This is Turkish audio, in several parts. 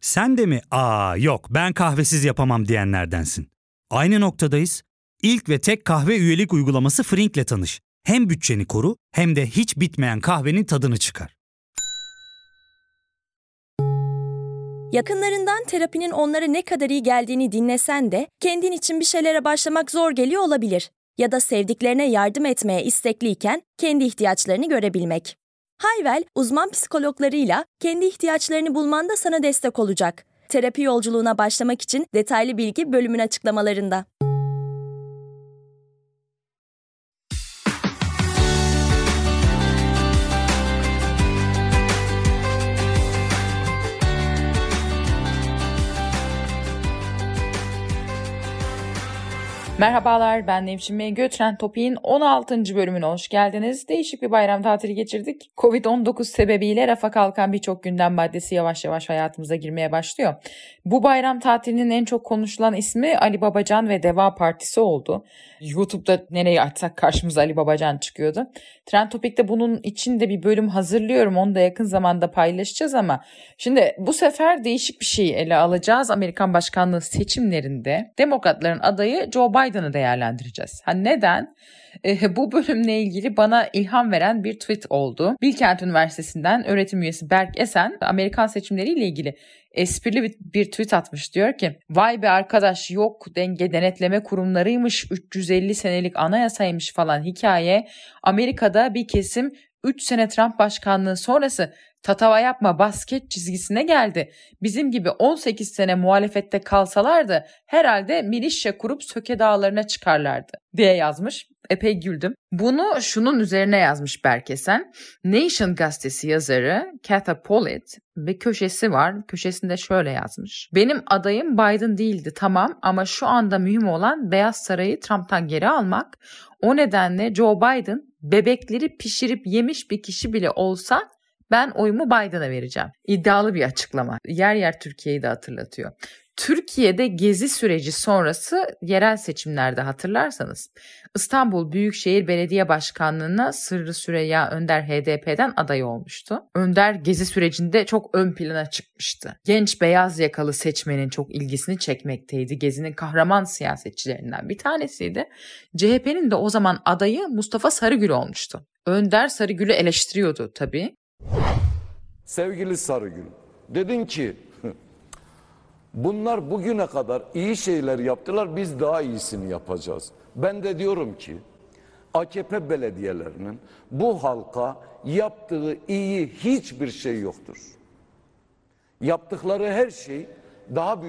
Sen de mi yok ben kahvesiz yapamam diyenlerdensin? Aynı noktadayız. İlk ve tek kahve üyelik uygulaması Frink'le tanış. Hem bütçeni koru hem de hiç bitmeyen kahvenin tadını çıkar. Yakınlarından terapinin onlara ne kadar iyi geldiğini dinlesen de kendin için bir şeylere başlamak zor geliyor olabilir. Ya da sevdiklerine yardım etmeye istekliyken kendi ihtiyaçlarını görebilmek. Hayvel, uzman psikologlarıyla kendi ihtiyaçlarını bulmanda sana destek olacak. Terapi yolculuğuna başlamak için detaylı bilgi bölümün açıklamalarında. Merhabalar, ben Nevşin Mengü. Trend Topik'in 16. bölümüne hoş geldiniz. Değişik bir bayram tatili geçirdik. Covid-19 sebebiyle rafa kalkan birçok gündem maddesi yavaş yavaş hayatımıza girmeye başlıyor. Bu bayram tatilinin en çok konuşulan ismi Ali Babacan ve Deva Partisi oldu. YouTube'da nereyi açsak karşımıza Ali Babacan çıkıyordu. Trend Topik'te bunun için de bir bölüm hazırlıyorum. Onu da yakın zamanda paylaşacağız ama şimdi bu sefer değişik bir şey ele alacağız. Amerikan başkanlığı seçimlerinde Demokratların adayı Joe Biden'ı değerlendireceğiz. Neden? Bu bölümle ilgili bana ilham veren bir tweet oldu. Bilkent Üniversitesi'nden öğretim üyesi Berk Esen Amerikan seçimleriyle ilgili esprili bir tweet atmış. Diyor ki vay be arkadaş, yok denge denetleme kurumlarıymış, 350 senelik anayasaymış falan hikaye. Amerika'da bir kesim 3 sene Trump başkanlığı sonrası tatava yapma basket çizgisine geldi. Bizim gibi 18 sene muhalefette kalsalardı herhalde milişya kurup Söke Dağları'na çıkarlardı diye yazmış. Epey güldüm. Bunu şunun üzerine yazmış Berkesen. Nation gazetesi yazarı Katha Pollitt bir köşesi var. Köşesinde şöyle yazmış. Benim adayım Biden değildi tamam ama şu anda mühim olan Beyaz Saray'ı Trump'tan geri almak. O nedenle Joe Biden bebekleri pişirip yemiş bir kişi bile olsa ben oyumu Biden'a vereceğim. İddialı bir açıklama. Yer yer Türkiye'yi de hatırlatıyor. Türkiye'de gezi süreci sonrası yerel seçimlerde hatırlarsanız İstanbul Büyükşehir Belediye Başkanlığı'na Sırrı Süreyya Önder HDP'den aday olmuştu. Önder gezi sürecinde çok ön plana çıkmıştı. Genç beyaz yakalı seçmenin çok ilgisini çekmekteydi. Gezinin kahraman siyasetçilerinden bir tanesiydi. CHP'nin de o zaman adayı Mustafa Sarıgül olmuştu. Önder Sarıgül'ü eleştiriyordu tabii. Sevgili Sarıgül, dedin ki bunlar bugüne kadar iyi şeyler yaptılar, biz daha iyisini yapacağız. Ben de diyorum ki AKP belediyelerinin bu halka yaptığı iyi hiçbir şey yoktur. Yaptıkları her şey daha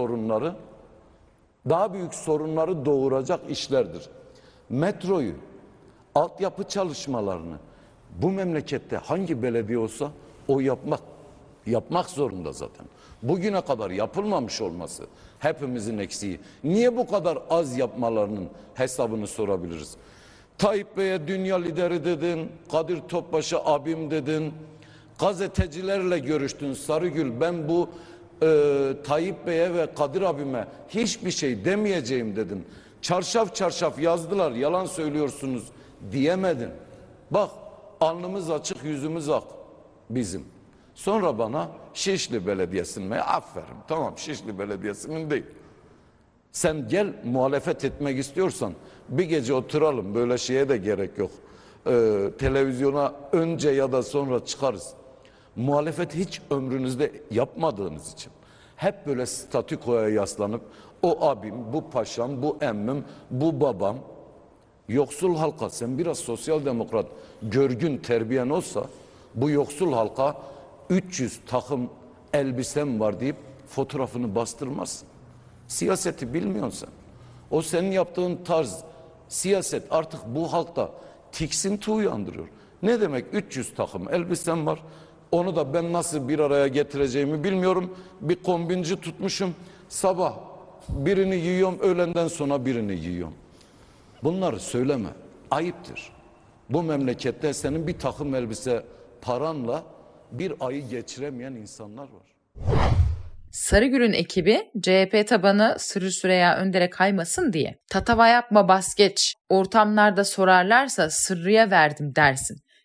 büyük sorunları doğuracak işlerdir. Metroyu, altyapı çalışmalarını bu memlekette hangi belediye olsa o yapmak zorunda zaten. Bugüne kadar yapılmamış olması hepimizin eksiği. Niye bu kadar az yapmalarının hesabını sorabiliriz. Tayyip Bey'e dünya lideri dedin, Kadir Topbaş'a abim dedin, gazetecilerle görüştün Sarıgül. Ben bu Tayyip Bey'e ve Kadir abime hiçbir şey demeyeceğim dedin. Çarşaf çarşaf yazdılar, yalan söylüyorsunuz diyemedin. Bak, alnımız açık, yüzümüz ak bizim. Sonra bana Şişli Belediyesi'nin mi? Aferin, tamam, Şişli Belediyesi'nin değil. Sen gel, muhalefet etmek istiyorsan bir gece oturalım, böyle şeye de gerek yok. Televizyona önce ya da sonra çıkarız. Muhalefet hiç ömrünüzde yapmadığınız için hep böyle statükoya yaslanıp o abim, bu paşam, bu emmim, bu babam, yoksul halka, sen biraz sosyal demokrat görgün terbiyen olsa bu yoksul halka 300 takım elbisem var deyip fotoğrafını bastırmazsın. Siyaseti bilmiyorsun sen. O senin yaptığın tarz siyaset artık bu halkta tiksinti uyandırıyor. Ne demek 300 takım elbisem var? Onu da ben nasıl bir araya getireceğimi bilmiyorum. Bir kombinci tutmuşum. Sabah birini yiyorum, öğlenden sonra birini yiyorum. Bunları söyleme. Ayıptır. Bu memlekette senin bir takım elbise paranla bir ayı geçiremeyen insanlar var. Sarıgül'ün ekibi CHP tabanı Sırrı Süreyya Önder'e kaymasın diye tatava yapma bas geç, ortamlarda sorarlarsa Sırrı'ya verdim dersin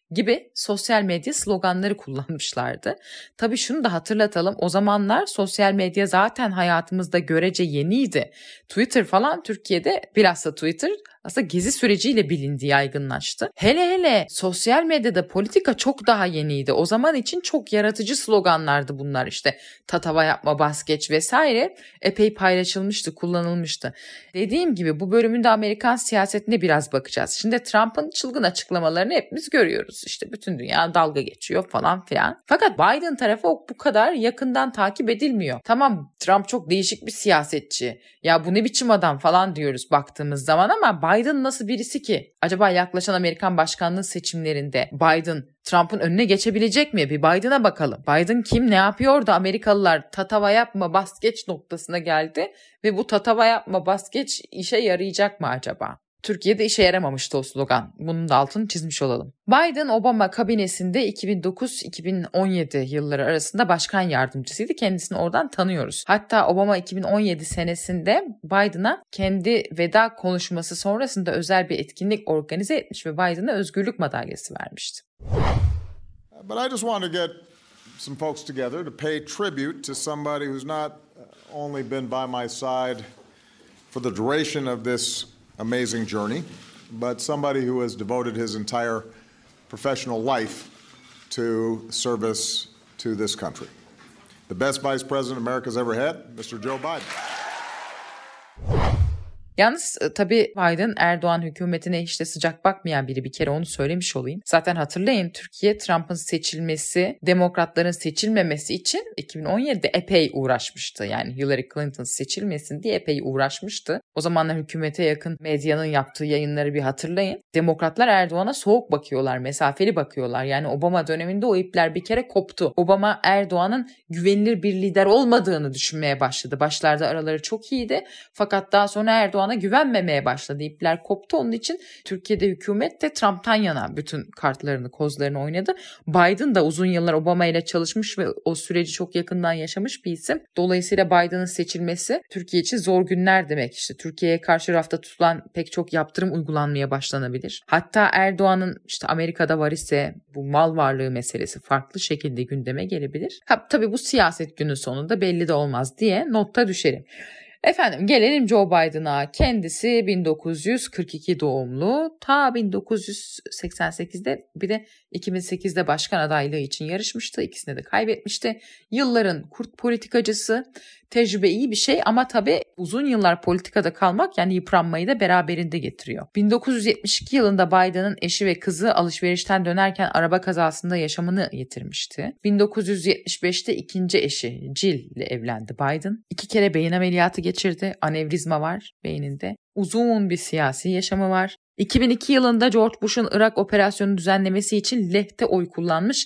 gibi sosyal medya sloganları kullanmışlardı. Tabii şunu da hatırlatalım, o zamanlar sosyal medya zaten hayatımızda görece yeniydi. Twitter falan Türkiye'de, bilhassa Twitter aslında gezi süreciyle bilindi, yaygınlaştı. Hele sosyal medyada politika çok daha yeniydi. O zaman için çok yaratıcı sloganlardı bunlar, işte tatava yapma, bas geç vesaire, epey paylaşılmıştı, kullanılmıştı. Dediğim gibi bu bölümünde Amerikan siyasetine biraz bakacağız. Şimdi Trump'ın çılgın açıklamalarını hepimiz görüyoruz. İşte bütün dünya dalga geçiyor falan filan. Fakat Biden tarafı bu kadar yakından takip edilmiyor. Tamam, Trump çok değişik bir siyasetçi. Ya bu ne biçim adam falan diyoruz baktığımız zaman, ama Biden nasıl birisi ki? Acaba yaklaşan Amerikan başkanlığı seçimlerinde Biden Trump'ın önüne geçebilecek mi? Bir Biden'a bakalım. Biden kim, ne yapıyor da Amerikalılar tatava yapma bas geç noktasına geldi ve bu tatava yapma bas geç işe yarayacak mı acaba? Türkiye'de işe yaramamıştı o slogan. Bunun da altını çizmiş olalım. Biden-Obama kabinesinde 2009-2017 yılları arasında başkan yardımcısıydı. Kendisini oradan tanıyoruz. Hatta Obama 2017 senesinde Biden'a kendi veda konuşması sonrasında özel bir etkinlik organize etmiş ve Biden'a özgürlük madalyası vermişti. But I just want to get some folks together to pay tribute to somebody who's not only been by my side for the duration of this amazing journey, but somebody who has devoted his entire professional life to service to this country. The best vice president America's ever had, Mr. Joe Biden. Yalnız tabii Biden Erdoğan hükümetine hiç de sıcak bakmayan biri, bir kere onu söylemiş olayım. Zaten hatırlayın, Türkiye Trump'ın seçilmesi, demokratların seçilmemesi için 2017'de epey uğraşmıştı. Yani Hillary Clinton seçilmesin diye epey uğraşmıştı. O zamanlar hükümete yakın medyanın yaptığı yayınları bir hatırlayın. Demokratlar Erdoğan'a soğuk bakıyorlar, mesafeli bakıyorlar. Yani Obama döneminde o ipler bir kere koptu. Obama Erdoğan'ın güvenilir bir lider olmadığını düşünmeye başladı. Başlarda araları çok iyiydi. Fakat daha sonra Erdoğan'a güvenmemeye başladı. İpler koptu. Onun için Türkiye'de hükümet de Trump'tan yana bütün kartlarını, kozlarını oynadı. Biden da uzun yıllar Obama ile çalışmış ve o süreci çok yakından yaşamış bir isim. Dolayısıyla Biden'ın seçilmesi Türkiye için zor günler demek. İşte Türkiye'ye karşı rafta tutulan pek çok yaptırım uygulanmaya başlanabilir. Hatta Erdoğan'ın işte Amerika'da var ise bu mal varlığı meselesi farklı şekilde gündeme gelebilir. Tabii bu siyaset günün sonunda belli de olmaz diye notta düşelim. Efendim gelelim Joe Biden'a. Kendisi 1942 doğumlu. Ta 1988'de bir de 2008'de başkan adaylığı için yarışmıştı. İkisini de kaybetmişti. Yılların kurt politikacısı. Tecrübe iyi bir şey ama tabii uzun yıllar politikada kalmak yani yıpranmayı da beraberinde getiriyor. 1972 yılında Biden'ın eşi ve kızı alışverişten dönerken araba kazasında yaşamını yitirmişti. 1975'te ikinci eşi Jill ile evlendi Biden. 2 kere beyin ameliyatı geçirdi. Anevrizma var beyninde. Uzun bir siyasi yaşamı var. 2002 yılında George Bush'un Irak operasyonu düzenlemesi için lehte oy kullanmış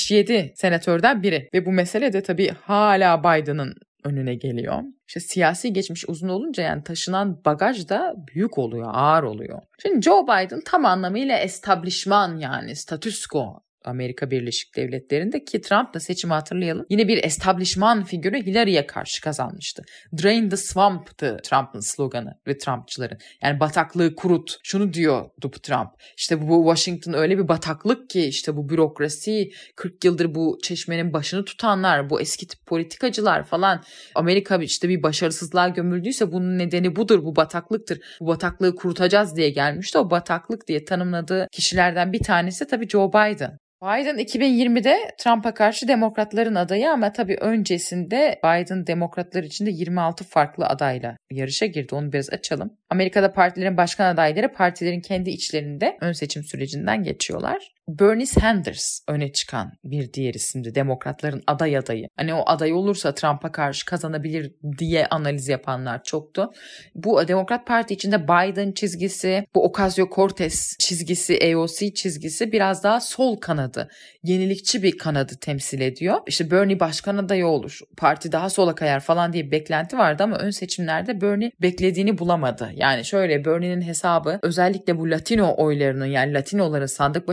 77 senatörden biri. Ve bu mesele de tabii hala Biden'ın önüne geliyor. İşte siyasi geçmiş uzun olunca yani taşınan bagaj da büyük oluyor, ağır oluyor. Şimdi Joe Biden tam anlamıyla establishman yani status quo Amerika Birleşik Devletleri'nde ki Trump da seçimi hatırlayalım. Yine bir establishman figürü Hillary'ye karşı kazanmıştı. Drain the swamp'tı Trump'ın sloganı ve Trumpçıların. Yani bataklığı kurut. Şunu diyordu Trump. İşte bu Washington öyle bir bataklık ki işte bu bürokrasi 40 yıldır bu çeşmenin başını tutanlar, bu eski tip politikacılar falan. Amerika işte bir başarısızlığa gömüldüyse bunun nedeni budur, bu bataklıktır. Bu bataklığı kurutacağız diye gelmişti. O bataklık diye tanımladığı kişilerden bir tanesi tabii Joe Biden. Biden 2020'de Trump'a karşı demokratların adayı ama tabii öncesinde Biden demokratlar içinde 26 farklı adayla yarışa girdi. Onu biraz açalım. Amerika'da partilerin başkan adayları partilerin kendi içlerinde ön seçim sürecinden geçiyorlar. Bernie Sanders öne çıkan bir diğer isimdi. Demokratların adayı. Hani o aday olursa Trump'a karşı kazanabilir diye analiz yapanlar çoktu. Bu Demokrat Parti içinde Biden çizgisi, bu Ocasio-Cortez çizgisi, AOC çizgisi biraz daha sol kanadı, yenilikçi bir kanadı temsil ediyor. İşte Bernie başkan adayı olur, parti daha sola kayar falan diye bir beklenti vardı ama ön seçimlerde Bernie beklediğini bulamadı. Yani şöyle Bernie'nin hesabı özellikle bu Latino oylarının yani Latinoların sandık başına gideceği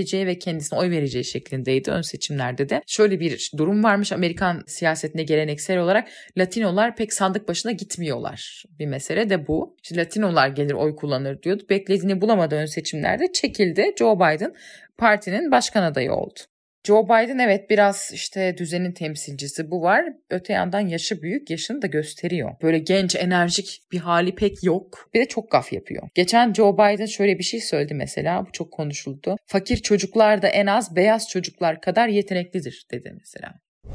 destekleyeceği ve kendisine oy vereceği şeklindeydi ön seçimlerde de. Şöyle bir durum varmış, Amerikan siyasetinde geleneksel olarak Latinolar pek sandık başına gitmiyorlar. Bir mesele de bu. İşte Latinolar gelir oy kullanır diyordu. Beklediğini bulamadı ön seçimlerde, çekildi. Joe Biden partinin başkan adayı oldu. Joe Biden evet biraz işte düzenin temsilcisi, bu var. Öte yandan yaşı büyük, yaşını da gösteriyor. Böyle genç, enerjik bir hali pek yok. Bir de çok gaf yapıyor. Geçen Joe Biden şöyle bir şey söyledi mesela, bu çok konuşuldu. Fakir çocuklar da en az beyaz çocuklar kadar yeteneklidir dedi mesela.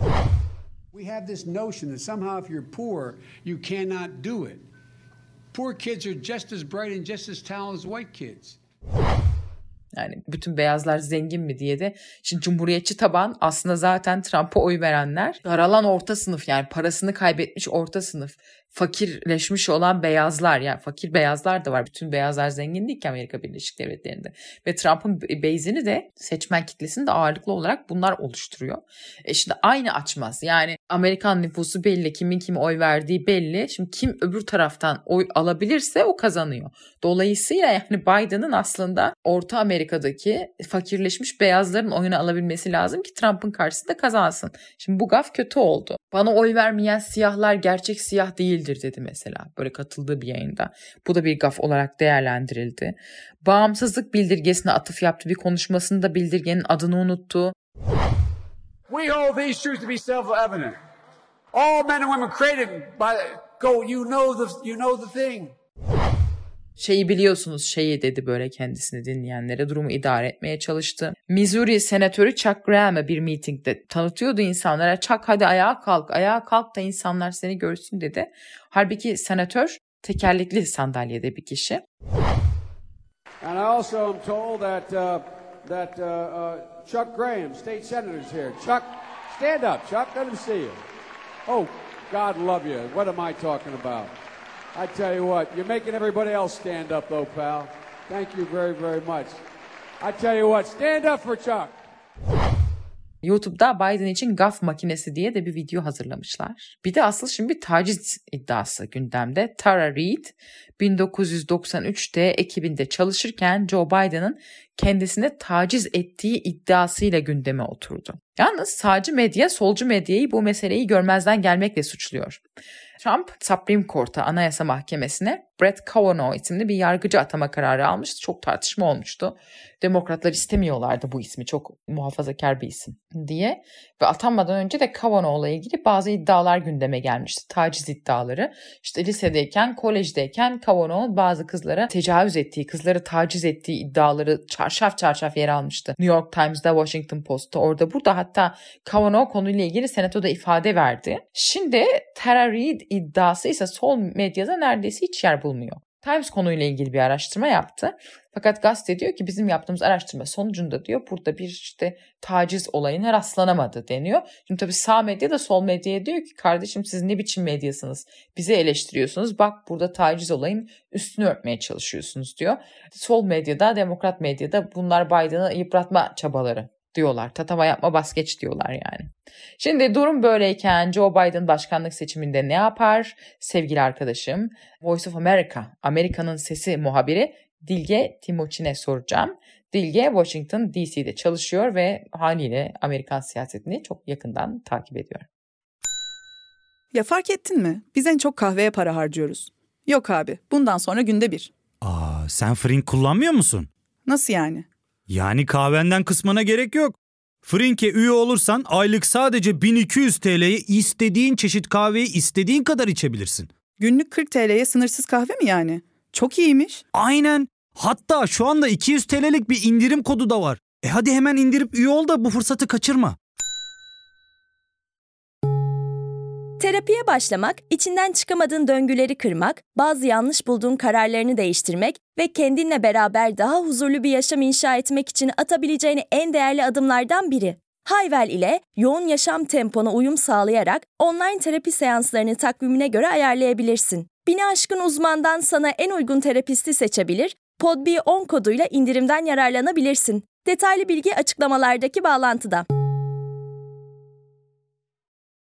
We have this notion that somehow if you're poor, you cannot do it. Poor kids are just as bright and just as talented as white kids. Yani bütün beyazlar zengin mi diye de, şimdi cumhuriyetçi taban aslında zaten Trump'a oy verenler, daralan orta sınıf, yani parasını kaybetmiş orta sınıf, fakirleşmiş olan beyazlar, yani fakir beyazlar da var. Bütün beyazlar zengin değil ki Amerika Birleşik Devletleri'nde. Ve Trump'ın base'ini de, seçmen kitlesini de ağırlıklı olarak bunlar oluşturuyor. Şimdi aynı açmaz. Yani Amerikan nüfusu belli, kimin kime oy verdiği belli. Şimdi kim öbür taraftan oy alabilirse o kazanıyor. Dolayısıyla yani Biden'ın aslında Orta Amerika'daki fakirleşmiş beyazların oyunu alabilmesi lazım ki Trump'ın karşısında kazansın. Şimdi bu gaf kötü oldu. Bana oy vermeyen siyahlar gerçek siyah değildir dedi mesela, böyle katıldığı bir yayında. Bu da bir gaf olarak değerlendirildi. Bağımsızlık bildirgesine atıf yaptı. Bir konuşmasında bildirgenin adını unuttu. We hold these truths to be self-evident. All men and women created by you know the thing. Şeyi biliyorsunuz, şeyi dedi böyle kendisini dinleyenlere, durumu idare etmeye çalıştı. Missouri senatörü Chuck Graham'ı bir mitingde tanıtıyordu insanlara. Chuck hadi ayağa kalk da insanlar seni görsün dedi. Halbuki senatör tekerlekli sandalyede bir kişi. And I also am told that Chuck Graham, state senator, is here. Chuck, stand up. Chuck, let him see you. Oh, God love you. What am I talking about? I tell you what, you're making everybody else stand up though, pal. Thank you very, very much. I tell you what, stand up for Chuck. YouTube'da Biden için gaf makinesi diye de bir video hazırlamışlar. Bir de asıl şimdi bir taciz iddiası gündemde. Tara Reid 1993'te ekibinde çalışırken Joe Biden'ın kendisine taciz ettiği iddiasıyla gündeme oturdu. Yalnız sağcı medya solcu medyayı bu meseleyi görmezden gelmekle suçluyor. Trump Supreme Court'a, Anayasa Mahkemesi'ne Brett Kavanaugh isimli bir yargıcı atama kararı almıştı. Çok tartışma olmuştu. Demokratlar istemiyorlardı bu ismi, çok muhafazakar bir isim diye. Ve atanmadan önce de Kavanaugh'la ilgili bazı iddialar gündeme gelmişti. Taciz iddiaları. İşte lisedeyken, kolejdeyken Kavanaugh'un bazı kızlara tecavüz ettiği, kızları taciz ettiği iddiaları çarşaf çarşaf yer almıştı. New York Times'da, Washington Post'ta, orada burada, hatta Kavanaugh konuyla ilgili senatoda ifade verdi. Şimdi Tara Reid iddiası ise sol medyada neredeyse hiç yer bulmuyor. Times konuyla ilgili bir araştırma yaptı. Fakat gazete diyor ki bizim yaptığımız araştırma sonucunda diyor burada bir işte taciz olayına rastlanamadı deniyor. Şimdi tabii sağ medya da sol medyaya diyor ki kardeşim siz ne biçim medyasınız? Bizi eleştiriyorsunuz. Bak burada taciz olayın üstünü örtmeye çalışıyorsunuz diyor. Sol medyada, demokrat medyada bunlar Biden'ı yıpratma çabaları diyorlar. Tatava yapma, bas geç diyorlar yani. Şimdi durum böyleyken Joe Biden başkanlık seçiminde ne yapar? Sevgili arkadaşım, Voice of America, Amerika'nın sesi muhabiri Dilge Timoçin'e soracağım. Dilge Washington DC'de çalışıyor ve haliyle Amerikan siyasetini çok yakından takip ediyor. Ya fark ettin mi? Biz en çok kahveye para harcıyoruz. Yok abi, bundan sonra günde bir. Sen Frink kullanmıyor musun? Nasıl yani? Yani kahvenden kısmına gerek yok. Frink'e üye olursan aylık sadece 1200 TL'ye istediğin çeşit kahveyi istediğin kadar içebilirsin. Günlük 40 TL'ye sınırsız kahve mi yani? Çok iyiymiş. Aynen. Hatta şu anda 200 TL'lik bir indirim kodu da var. Hadi hemen indirip üye ol da bu fırsatı kaçırma. Terapiye başlamak, içinden çıkamadığın döngüleri kırmak, bazı yanlış bulduğun kararlarını değiştirmek ve kendinle beraber daha huzurlu bir yaşam inşa etmek için atabileceğin en değerli adımlardan biri. Hayvel ile yoğun yaşam tempona uyum sağlayarak online terapi seanslarını takvimine göre ayarlayabilirsin. 1000'i aşkın uzmandan sana en uygun terapisti seçebilir, PodB10 koduyla indirimden yararlanabilirsin. Detaylı bilgi açıklamalardaki bağlantıda.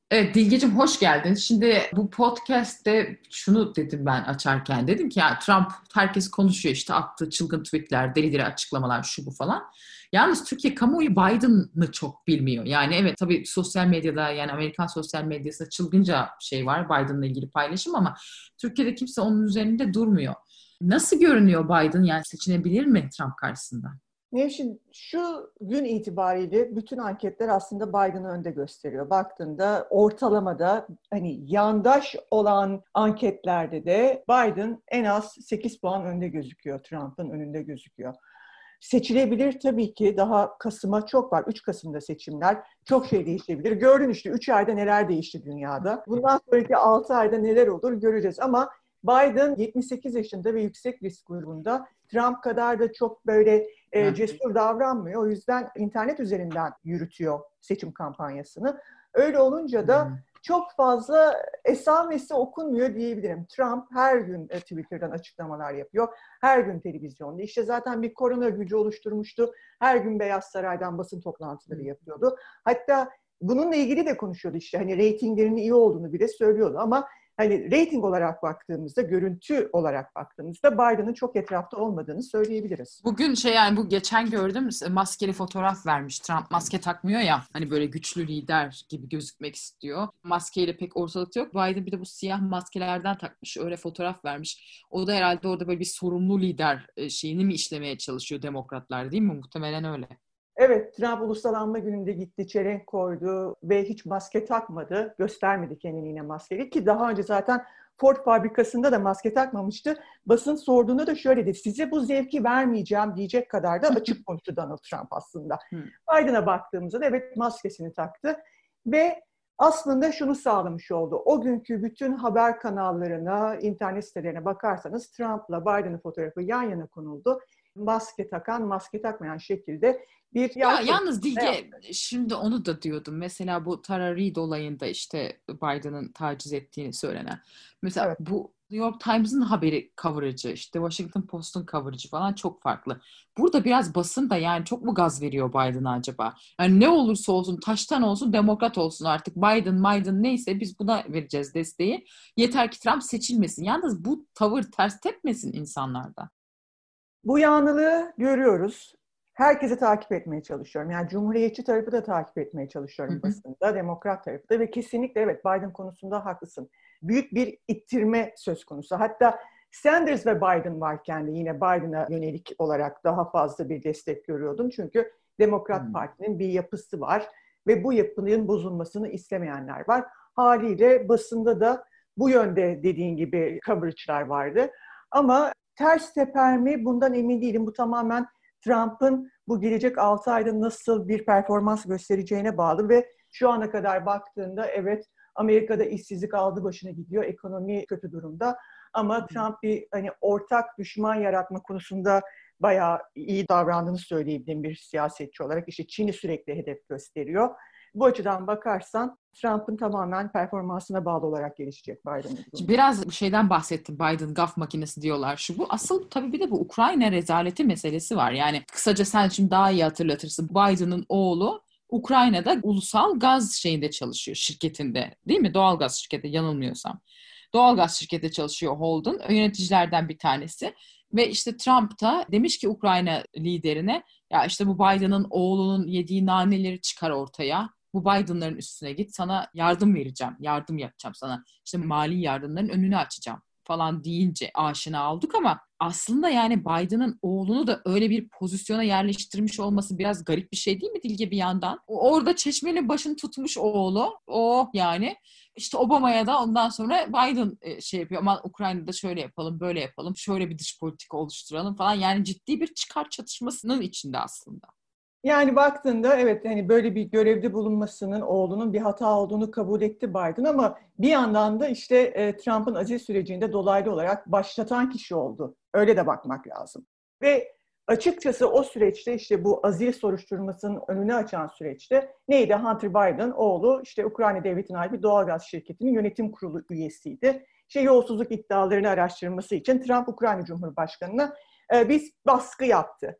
Evet Dilgeciğim hoş geldin. Şimdi bu podcast'te şunu dedim ben açarken. Dedim ki ya Trump herkes konuşuyor işte attığı çılgın tweetler, deli deli açıklamalar şu bu falan. Yalnız Türkiye kamuoyu Biden'ı çok bilmiyor. Yani evet tabii sosyal medyada yani Amerikan sosyal medyasında çılgınca şey var Biden'la ilgili paylaşım ama Türkiye'de kimse onun üzerinde durmuyor. Nasıl görünüyor Biden? Yani seçilebilir mi Trump karşısında? Nevşin, şu gün itibariyle bütün anketler aslında Biden'ı önde gösteriyor. Baktığında ortalamada hani yandaş olan anketlerde de Biden en az 8 puan önde gözüküyor. Trump'ın önünde gözüküyor. Seçilebilir tabii ki, daha Kasım'a çok var. 3 Kasım'da seçimler. Çok şey değişebilir. Gördün işte 3 ayda neler değişti dünyada. Bundan sonraki 6 ayda neler olur göreceğiz ama Biden 78 yaşında ve yüksek risk grubunda. Trump kadar da çok böyle cesur davranmıyor. O yüzden internet üzerinden yürütüyor seçim kampanyasını. Öyle olunca da çok fazla esamesi okunmuyor diyebilirim. Trump her gün Twitter'dan açıklamalar yapıyor. Her gün televizyonda. İşte zaten bir korona gücü oluşturmuştu. Her gün Beyaz Saray'dan basın toplantıları yapıyordu. Hatta bununla ilgili de konuşuyordu işte. Hani reytinglerinin iyi olduğunu bile söylüyordu ama hani reyting olarak baktığımızda, görüntü olarak baktığımızda Biden'ın çok etrafta olmadığını söyleyebiliriz. Bugün yani bu geçen gördüm maskeli fotoğraf vermiş. Trump maske takmıyor ya hani böyle güçlü lider gibi gözükmek istiyor. Maskeyle pek ortalıkta yok. Biden bir de bu siyah maskelerden takmış. Öyle fotoğraf vermiş. O da herhalde orada böyle bir sorumlu lider şeyini mi işlemeye çalışıyor demokratlar değil mi? Muhtemelen öyle. Evet, Trump Ulusal Anma Günü'nde gitti, çelenk koydu ve hiç maske takmadı. Göstermedi kendini yine maskeli ki daha önce zaten Ford fabrikasında da maske takmamıştı. Basın sorduğunda da şöyle dedi, size bu zevki vermeyeceğim diyecek kadar da açık konuştu Donald Trump aslında. Biden'a baktığımızda da evet maskesini taktı ve aslında şunu sağlamış oldu. O günkü bütün haber kanallarına, internet sitelerine bakarsanız Trump'la Biden'ın fotoğrafı yan yana konuldu. Maske takan, maske takmayan şekilde bir yalnız Dilge şimdi onu da diyordum. Mesela bu Tara Reid olayında işte Biden'ın taciz ettiğini söylenen. Mesela evet. Bu New York Times'ın haberi coverage'ı, işte Washington Post'un coverage'ı falan çok farklı. Burada biraz basın da yani çok mu gaz veriyor Biden'a acaba? Yani ne olursa olsun, taştan olsun, demokrat olsun artık Biden neyse biz buna vereceğiz desteği. Yeter ki Trump seçilmesin. Yalnız bu tavır ters tepmesin insanlarda. Bu yanlılığı görüyoruz. Herkesi takip etmeye çalışıyorum. Yani Cumhuriyetçi tarafı da takip etmeye çalışıyorum basında, Demokrat tarafı da ve kesinlikle evet Biden konusunda haklısın. Büyük bir ittirme söz konusu. Hatta Sanders ve Biden varken de yine Biden'a yönelik olarak daha fazla bir destek görüyordum. Çünkü Demokrat Parti'nin bir yapısı var ve bu yapının bozulmasını istemeyenler var. Haliyle basında da bu yönde dediğin gibi coverage'lar vardı. Ama ters teper mi? Bundan emin değilim. Bu tamamen Trump'ın bu gelecek 6 ayda nasıl bir performans göstereceğine bağlı ve şu ana kadar baktığında evet Amerika'da işsizlik aldı başına gidiyor. Ekonomi kötü durumda. Ama Trump bir hani ortak düşman yaratma konusunda bayağı iyi davrandığını söyleyebilirim bir siyasetçi olarak. İşte Çin'i sürekli hedef gösteriyor. Bu açıdan bakarsan Trump'ın tamamen performansına bağlı olarak gelişecek Biden'ın. Biraz şeyden bahsettim, Biden gaf makinesi diyorlar şu bu. Asıl tabii bir de bu Ukrayna rezaleti meselesi var. Yani kısaca sen şimdi daha iyi hatırlatırsın. Biden'ın oğlu Ukrayna'da ulusal gaz şeyinde çalışıyor, şirketinde değil mi? Doğalgaz şirketi yanılmıyorsam. Doğalgaz şirketi çalışıyor Holden. Yöneticilerden bir tanesi. Ve işte Trump da demiş ki Ukrayna liderine ya işte bu Biden'ın oğlunun yediği naneleri çıkar ortaya. Bu Biden'ların üstüne git, sana yardım vereceğim, yardım yapacağım sana. İşte mali yardımların önünü açacağım falan deyince aşina olduk ama aslında yani Biden'ın oğlunu da öyle bir pozisyona yerleştirmiş olması biraz garip bir şey değil mi Dilge bir yandan? Orada çeşmenin başını tutmuş oğlu, o yani. İşte Obama'ya da ondan sonra Biden şey yapıyor. Aman Ukrayna'da şöyle yapalım, böyle yapalım, şöyle bir dış politika oluşturalım falan. Yani ciddi bir çıkar çatışmasının içinde aslında. Yani baktığında evet hani böyle bir görevde bulunmasının oğlunun bir hata olduğunu kabul etti Biden ama bir yandan da işte Trump'ın azil sürecinde dolaylı olarak başlatan kişi oldu. Öyle de bakmak lazım. Ve açıkçası o süreçte işte bu azil soruşturmasının önünü açan süreçte neydi? Hunter Biden oğlu işte Ukrayna Devleti'ne ait bir doğalgaz şirketinin yönetim kurulu üyesiydi. İşte yolsuzluk iddialarını araştırması için Trump Ukrayna Cumhurbaşkanı'na bir baskı yaptı.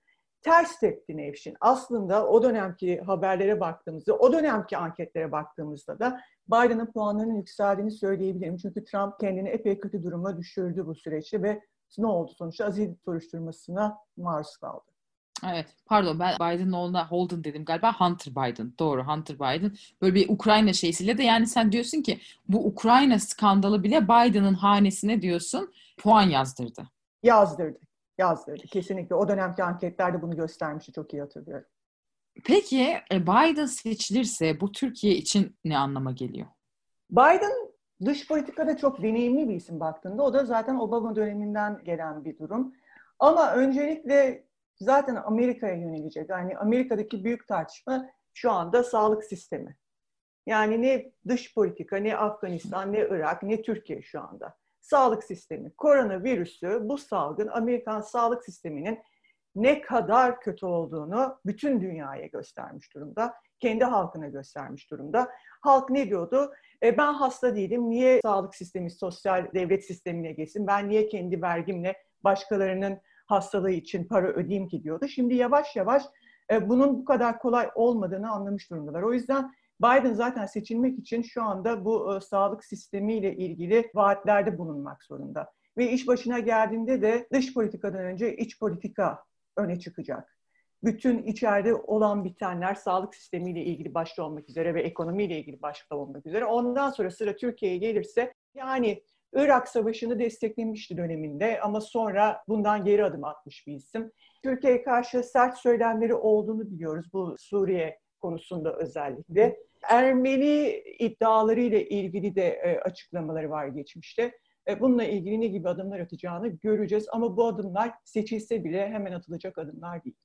ters tepti Nevşin. Aslında o dönemki haberlere baktığımızda, o dönemki anketlere baktığımızda da Biden'ın puanlarının yükseldiğini söyleyebilirim. Çünkü Trump kendini epey kötü duruma düşürdü bu süreçte ve ne oldu sonuçta? Aziz soruşturmasına maruz kaldı. Evet, pardon, ben Biden'ın oğluna Holden dedim galiba, Hunter Biden. Doğru, Hunter Biden. Böyle bir Ukrayna şeysiyle de, yani sen diyorsun ki bu Ukrayna skandalı bile Biden'ın hanesine diyorsun puan yazdırdı. Yazdırdı. Kesinlikle. O dönemki anketlerde bunu göstermişti. Çok iyi hatırlıyorum. Peki Biden seçilirse bu Türkiye için ne anlama geliyor? Biden dış politikada çok deneyimli bir isim baktığında. O da zaten Obama döneminden gelen bir durum. Ama öncelikle zaten Amerika'ya yönelecek. Yani Amerika'daki büyük tartışma şu anda sağlık sistemi. Yani ne dış politika, ne Afganistan, ne Irak, ne Türkiye şu anda. Sağlık sistemi. Koronavirüsü, bu salgın Amerikan sağlık sisteminin ne kadar kötü olduğunu bütün dünyaya göstermiş durumda. Kendi halkına göstermiş durumda. Halk ne diyordu? Ben hasta değilim. Niye sağlık sistemi sosyal devlet sistemine geçsin? Ben niye kendi vergimle başkalarının hastalığı için para ödeyeyim ki diyordu. Şimdi yavaş yavaş bunun bu kadar kolay olmadığını anlamış durumdalar. O yüzden Biden zaten seçilmek için şu anda bu sağlık sistemiyle ilgili vaatlerde bulunmak zorunda. Ve iş başına geldiğinde de dış politikadan önce iç politika öne çıkacak. Bütün içeride olan bitenler sağlık sistemiyle ilgili başta olmak üzere ve ekonomiyle ilgili başta olmak üzere. Ondan sonra sıra Türkiye'ye gelirse, yani Irak Savaşı'nı desteklemişti döneminde ama sonra bundan geri adım atmış bir isim. Türkiye'ye karşı sert söylemleri olduğunu biliyoruz bu Suriye konusunda özellikle. Ermeni iddialarıyla ilgili de açıklamaları var geçmişte. Bununla ilgili ne gibi adımlar atacağını göreceğiz ama bu adımlar seçilse bile hemen atılacak adımlar değil.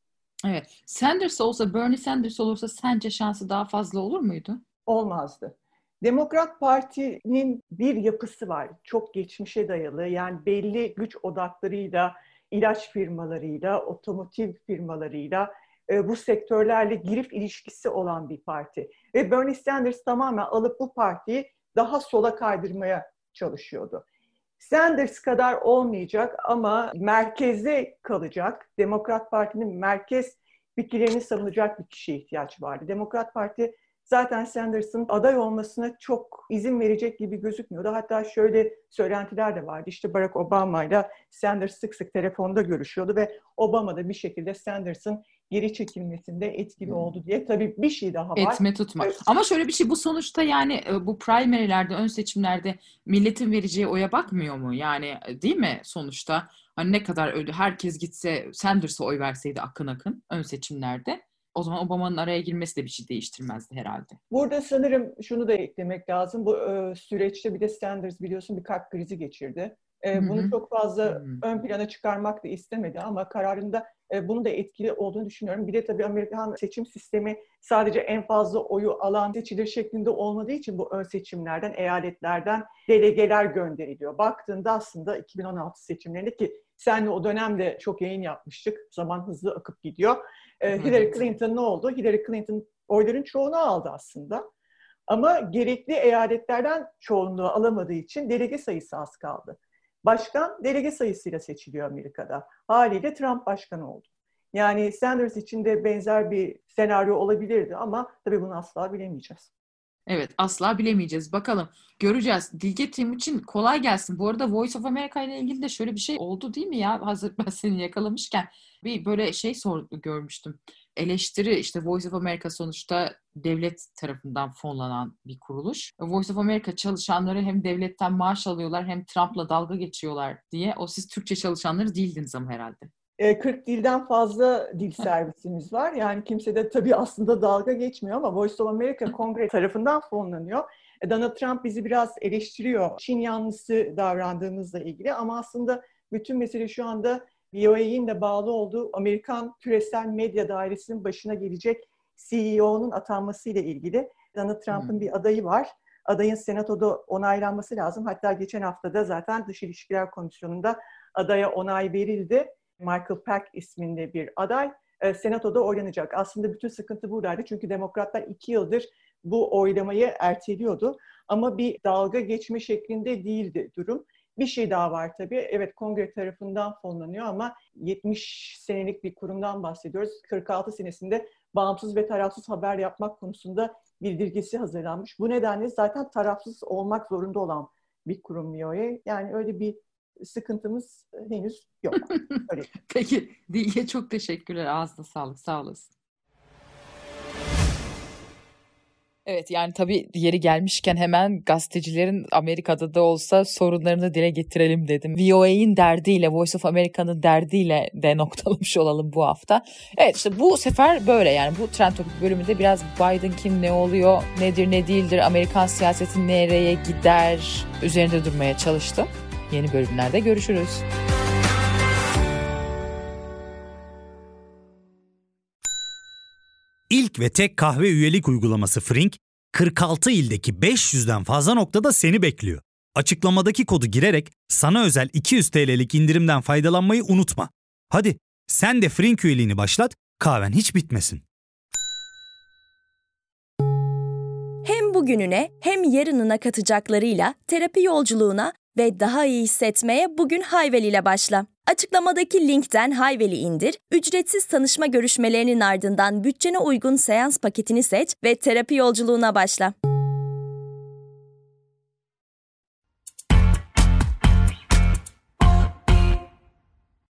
Evet. Sanders olsa, Bernie Sanders olursa sence şansı daha fazla olur muydu? Olmazdı. Demokrat Parti'nin bir yapısı var. Çok geçmişe dayalı. Yani belli güç odaklarıyla, ilaç firmalarıyla, otomotiv firmalarıyla bu sektörlerle girift ilişkisi olan bir parti. Ve Bernie Sanders tamamen alıp bu partiyi daha sola kaydırmaya çalışıyordu. Sanders kadar olmayacak ama merkeze kalacak. Demokrat Parti'nin merkez fikirlerini savunacak bir kişiye ihtiyaç vardı. Demokrat Parti zaten Sanders'ın aday olmasına çok izin verecek gibi gözükmüyordu. Hatta şöyle söylentiler de vardı. İşte Barack Obama ile Sanders sık sık telefonda görüşüyordu ve Obama da bir şekilde Sanders'ın geri çekilmesinde etkili oldu diye. Tabii bir şey daha var. Etme tutma. Ama şöyle bir şey, bu sonuçta yani bu primary'lerde, ön seçimlerde milletin vereceği oya bakmıyor mu? Yani değil mi sonuçta? Hani ne kadar öyle herkes gitse Sanders'a oy verseydi akın akın ön seçimlerde, o zaman Obama'nın araya girmesi de bir şey değiştirmezdi herhalde. Burada sanırım şunu da eklemek lazım. Bu süreçte bir de Sanders biliyorsun bir kalp krizi geçirdi. Bunu çok fazla ön plana çıkarmak da istemedi ama kararında bunun da etkili olduğunu düşünüyorum. Bir de tabii Amerikan seçim sistemi sadece en fazla oyu alan seçilir şeklinde olmadığı için bu ön seçimlerden, eyaletlerden delegeler gönderiliyor. Baktığında aslında 2016 seçimlerinde, ki senle o dönemde çok yayın yapmıştık. Zaman hızlı akıp gidiyor. Hillary Clinton ne oldu? Hillary Clinton oyların çoğunu aldı aslında. Ama gerekli eyaletlerden çoğunluğu alamadığı için delege sayısı az kaldı. Başkan delege sayısıyla seçiliyor Amerika'da. Haliyle Trump başkan oldu. Yani Sanders için de benzer bir senaryo olabilirdi ama tabii bunu asla bilemeyeceğiz. Evet, asla bilemeyeceğiz. Bakalım, göreceğiz. Dilge Timuçin, kolay gelsin. Bu arada Voice of America ile ilgili de şöyle bir şey oldu değil mi ya? Hazır ben seni yakalamışken bir böyle şey görmüştüm. Eleştiri, işte Voice of America sonuçta devlet tarafından fonlanan bir kuruluş. Voice of America çalışanları hem devletten maaş alıyorlar hem Trump'la dalga geçiyorlar diye. O siz Türkçe çalışanları değildiniz ama herhalde. 40 dilden fazla dil servisimiz var. Yani kimse de tabii aslında dalga geçmiyor ama Voice of America Kongre tarafından fonlanıyor. Donald Trump bizi biraz eleştiriyor Çin yanlısı davrandığımızla ilgili ama aslında bütün mesele şu anda VOA'nin de bağlı olduğu Amerikan Küresel Medya Dairesi'nin başına gelecek CEO'nun atanmasıyla ilgili. Donald Trump'ın bir adayı var. Adayın senatoda onaylanması lazım. Hatta geçen haftada zaten Dış İlişkiler Komisyonu'nda adaya onay verildi. Michael Pack isminde bir aday senatoda oylanacak. Aslında bütün sıkıntı buradaydı. Çünkü demokratlar 2 yıldır bu oylamayı erteliyordu. Ama bir dalga geçme şeklinde değildi durum. Bir şey daha var tabii. Evet, kongre tarafından fonlanıyor ama 70 senelik bir kurumdan bahsediyoruz. 46 senesinde bağımsız ve tarafsız haber yapmak konusunda bildirgesi hazırlanmış. Bu nedenle zaten tarafsız olmak zorunda olan bir kurum VOA. Yani öyle bir sıkıntımız henüz yok. Öyle. Peki Dilge, çok teşekkürler. Ağzına sağlık. Sağ olasın. Evet, yani tabii yeri gelmişken hemen gazetecilerin Amerika'da da olsa sorunlarını dile getirelim dedim. VOA'nin derdiyle, Voice of America'nın derdiyle de noktalamış olalım bu hafta. Evet, işte bu sefer böyle, yani bu Trend Topic bölümünde biraz Biden kim, ne oluyor, nedir ne değildir, Amerikan siyaseti nereye gider üzerinde durmaya çalıştım. Yeni bölümlerde görüşürüz. İlk ve tek kahve üyelik uygulaması Frink, 46 ildeki 500'den fazla noktada seni bekliyor. Açıklamadaki kodu girerek sana özel 200 TL'lik indirimden faydalanmayı unutma. Hadi sen de Frink üyeliğini başlat, kahven hiç bitmesin. Hem bugününe hem yarınına katacaklarıyla terapi yolculuğuna ve daha iyi hissetmeye bugün Hayvel ile başla. Açıklamadaki linkten Hayvel'i indir, ücretsiz tanışma görüşmelerinin ardından bütçene uygun seans paketini seç ve terapi yolculuğuna başla.